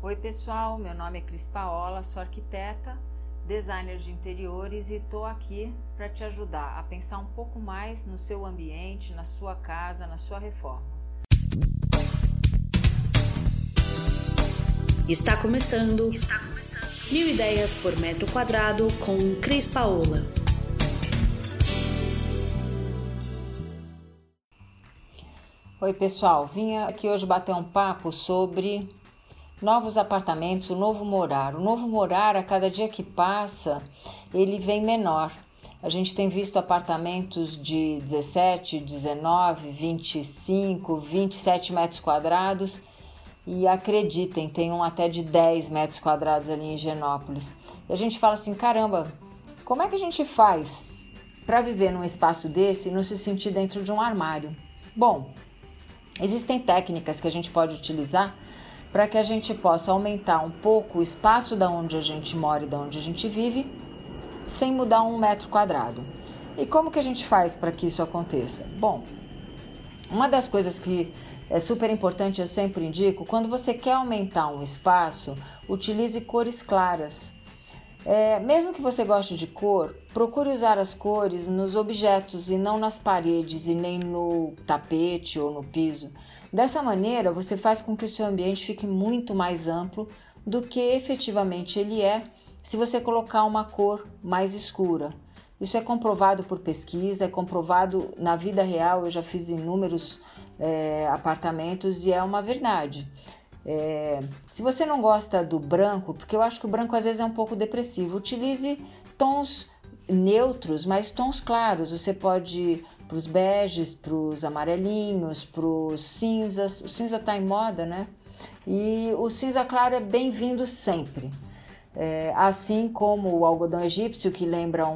Oi pessoal, meu nome é Cris Paola, sou arquiteta, designer de interiores e estou aqui para te ajudar a pensar um pouco mais no seu ambiente, na sua casa, na sua reforma. Está começando 1000 ideias por metro quadrado com Cris Paola. Oi pessoal, vim aqui hoje bater um papo sobre novos apartamentos, o novo morar. O novo morar, a cada dia que passa, ele vem menor. A gente tem visto apartamentos de 17, 19, 25, 27 metros quadrados e acreditem, tem um até de 10 metros quadrados ali em Higienópolis. E a gente fala assim, caramba, como é que a gente faz para viver num espaço desse e não se sentir dentro de um armário? Bom, existem técnicas que a gente pode utilizar para que a gente possa aumentar um pouco o espaço da onde a gente mora e da onde a gente vive, sem mudar um metro quadrado. E como que a gente faz para que isso aconteça? Bom, uma das coisas que é super importante, eu sempre indico, quando você quer aumentar um espaço, utilize cores claras. Mesmo que você goste de cor, procure usar as cores nos objetos e não nas paredes e nem no tapete ou no piso. Dessa maneira, você faz com que o seu ambiente fique muito mais amplo do que efetivamente ele é se você colocar uma cor mais escura. Isso é comprovado por pesquisa, é comprovado na vida real, eu já fiz inúmeros apartamentos e é uma verdade. Se você não gosta do branco, porque eu acho que o branco às vezes é um pouco depressivo, utilize tons neutros, mas tons claros. Você pode ir para os beges, para os amarelinhos, para os cinzas. O cinza está em moda, né? E o cinza claro é bem-vindo sempre. Assim como o algodão egípcio, que lembra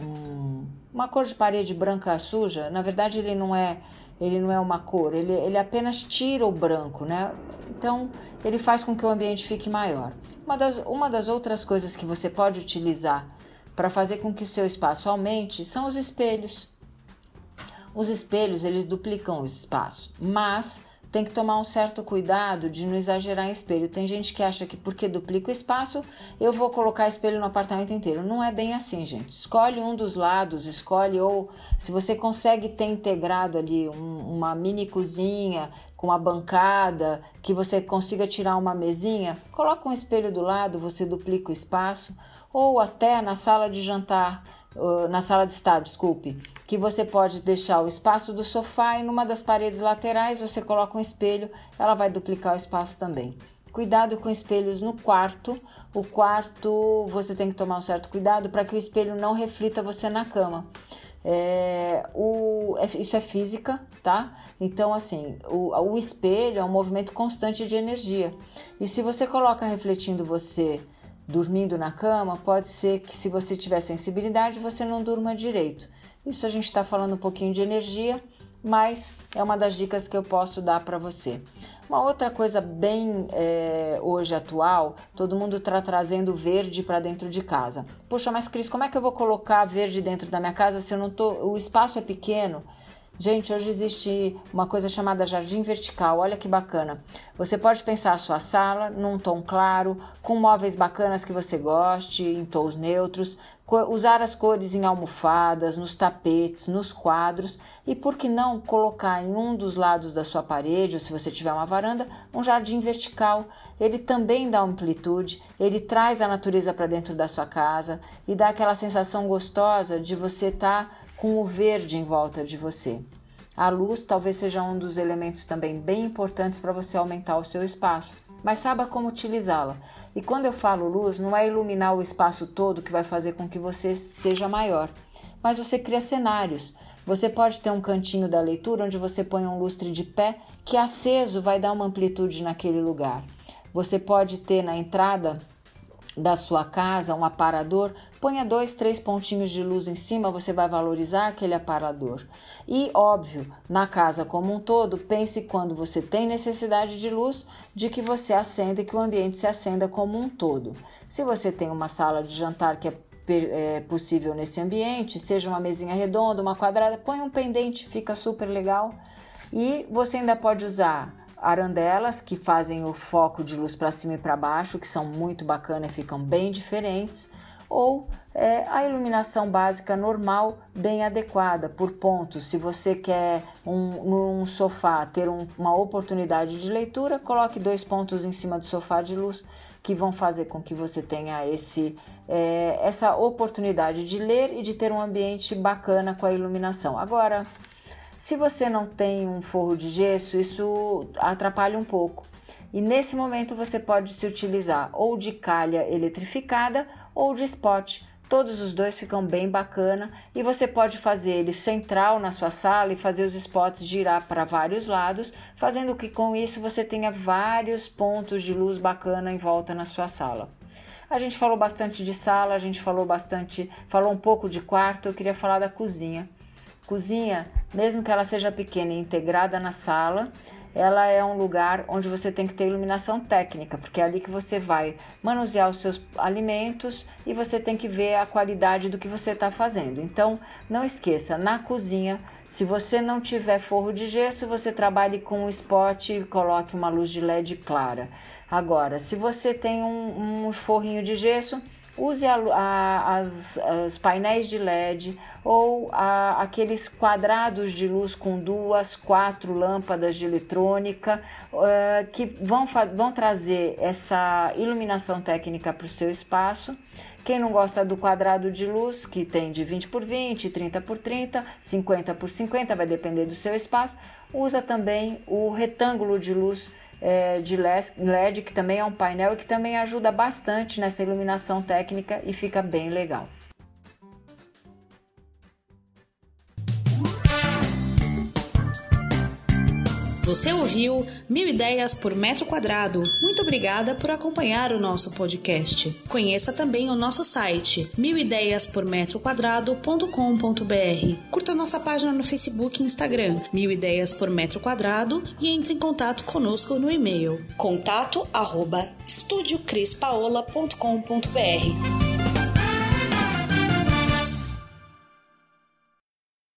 uma cor de parede branca suja. Na verdade, ele não é uma cor, ele apenas tira o branco, né? Então, ele faz com que o ambiente fique maior. Uma das outras coisas que você pode utilizar para fazer com que o seu espaço aumente são os espelhos. Os espelhos, eles duplicam o espaço, mas tem que tomar um certo cuidado de não exagerar em espelho. Tem gente que acha que porque duplica o espaço, eu vou colocar espelho no apartamento inteiro. Não é bem assim, gente. Escolhe um dos lados, ou se você consegue ter integrado ali uma mini cozinha com uma bancada, que você consiga tirar uma mesinha, coloca um espelho do lado, você duplica o espaço. Ou até na sala de jantar, na sala de estar, que você pode deixar o espaço do sofá e numa das paredes laterais você coloca um espelho, ela vai duplicar o espaço também. Cuidado com espelhos no quarto. O quarto você tem que tomar um certo cuidado para que o espelho não reflita você na cama. Isso é física, tá? Então, assim, o espelho é um movimento constante de energia. E se você coloca refletindo você dormindo na cama, pode ser que se você tiver sensibilidade, você não durma direito. Isso a gente está falando um pouquinho de energia, mas é uma das dicas que eu posso dar para você. Uma outra coisa bem hoje atual, todo mundo está trazendo verde para dentro de casa. Poxa, mas Cris, como é que eu vou colocar verde dentro da minha casa se o espaço é pequeno? Gente, hoje existe uma coisa chamada jardim vertical, olha que bacana. Você pode pensar a sua sala num tom claro, com móveis bacanas que você goste, em tons neutros, usar as cores em almofadas, nos tapetes, nos quadros e, por que não, colocar em um dos lados da sua parede, ou se você tiver uma varanda, um jardim vertical. Ele também dá amplitude, ele traz a natureza para dentro da sua casa e dá aquela sensação gostosa de você estar com o verde em volta de você. A luz talvez seja um dos elementos também bem importantes para você aumentar o seu espaço, mas saiba como utilizá-la. E quando eu falo luz, não é iluminar o espaço todo que vai fazer com que você seja maior, mas você cria cenários. Você pode ter um cantinho da leitura onde você põe um lustre de pé que aceso vai dar uma amplitude naquele lugar. Você pode ter na entrada da sua casa um aparador, ponha 2, 3 pontinhos de luz em cima, você vai valorizar aquele aparador. E, óbvio, na casa como um todo, pense quando você tem necessidade de luz, de que você acenda e que o ambiente se acenda como um todo. Se você tem uma sala de jantar que é possível nesse ambiente, seja uma mesinha redonda, uma quadrada, põe um pendente, fica super legal. E você ainda pode usar arandelas que fazem o foco de luz para cima e para baixo, que são muito bacanas e ficam bem diferentes, ou a iluminação básica normal bem adequada por pontos. Se você quer num sofá ter uma oportunidade de leitura, coloque 2 pontos em cima do sofá de luz que vão fazer com que você tenha essa oportunidade de ler e de ter um ambiente bacana com a iluminação. Agora, se você não tem um forro de gesso, isso atrapalha um pouco. E nesse momento você pode se utilizar ou de calha eletrificada ou de spot. Todos os dois ficam bem bacana e você pode fazer ele central na sua sala e fazer os spots girar para vários lados, fazendo que com isso você tenha vários pontos de luz bacana em volta na sua sala. A gente falou bastante de sala, a gente falou um pouco de quarto, eu queria falar da cozinha. Cozinha, mesmo que ela seja pequena e integrada na sala, ela é um lugar onde você tem que ter iluminação técnica, porque é ali que você vai manusear os seus alimentos e você tem que ver a qualidade do que você está fazendo. Então, não esqueça, na cozinha, se você não tiver forro de gesso, você trabalhe com um spot e coloque uma luz de LED clara. Agora, se você tem um forrinho de gesso, use os painéis de LED ou aqueles quadrados de luz com 2, 4 lâmpadas de eletrônica que vão trazer essa iluminação técnica para o seu espaço. Quem não gosta do quadrado de luz, que tem de 20 por 20, 30 por 30, 50 por 50, vai depender do seu espaço, usa também o retângulo de luz de LED, que também é um painel e que também ajuda bastante nessa iluminação técnica e fica bem legal. Você ouviu 1000 ideias por metro quadrado. Muito obrigada por acompanhar o nosso podcast. Conheça também o nosso site 1000ideiaspormetroquadrado.com.br. Curta nossa página no Facebook e Instagram 1000 ideias por metro quadrado e entre em contato conosco no e-mail contato@estudiocrispaola.com.br.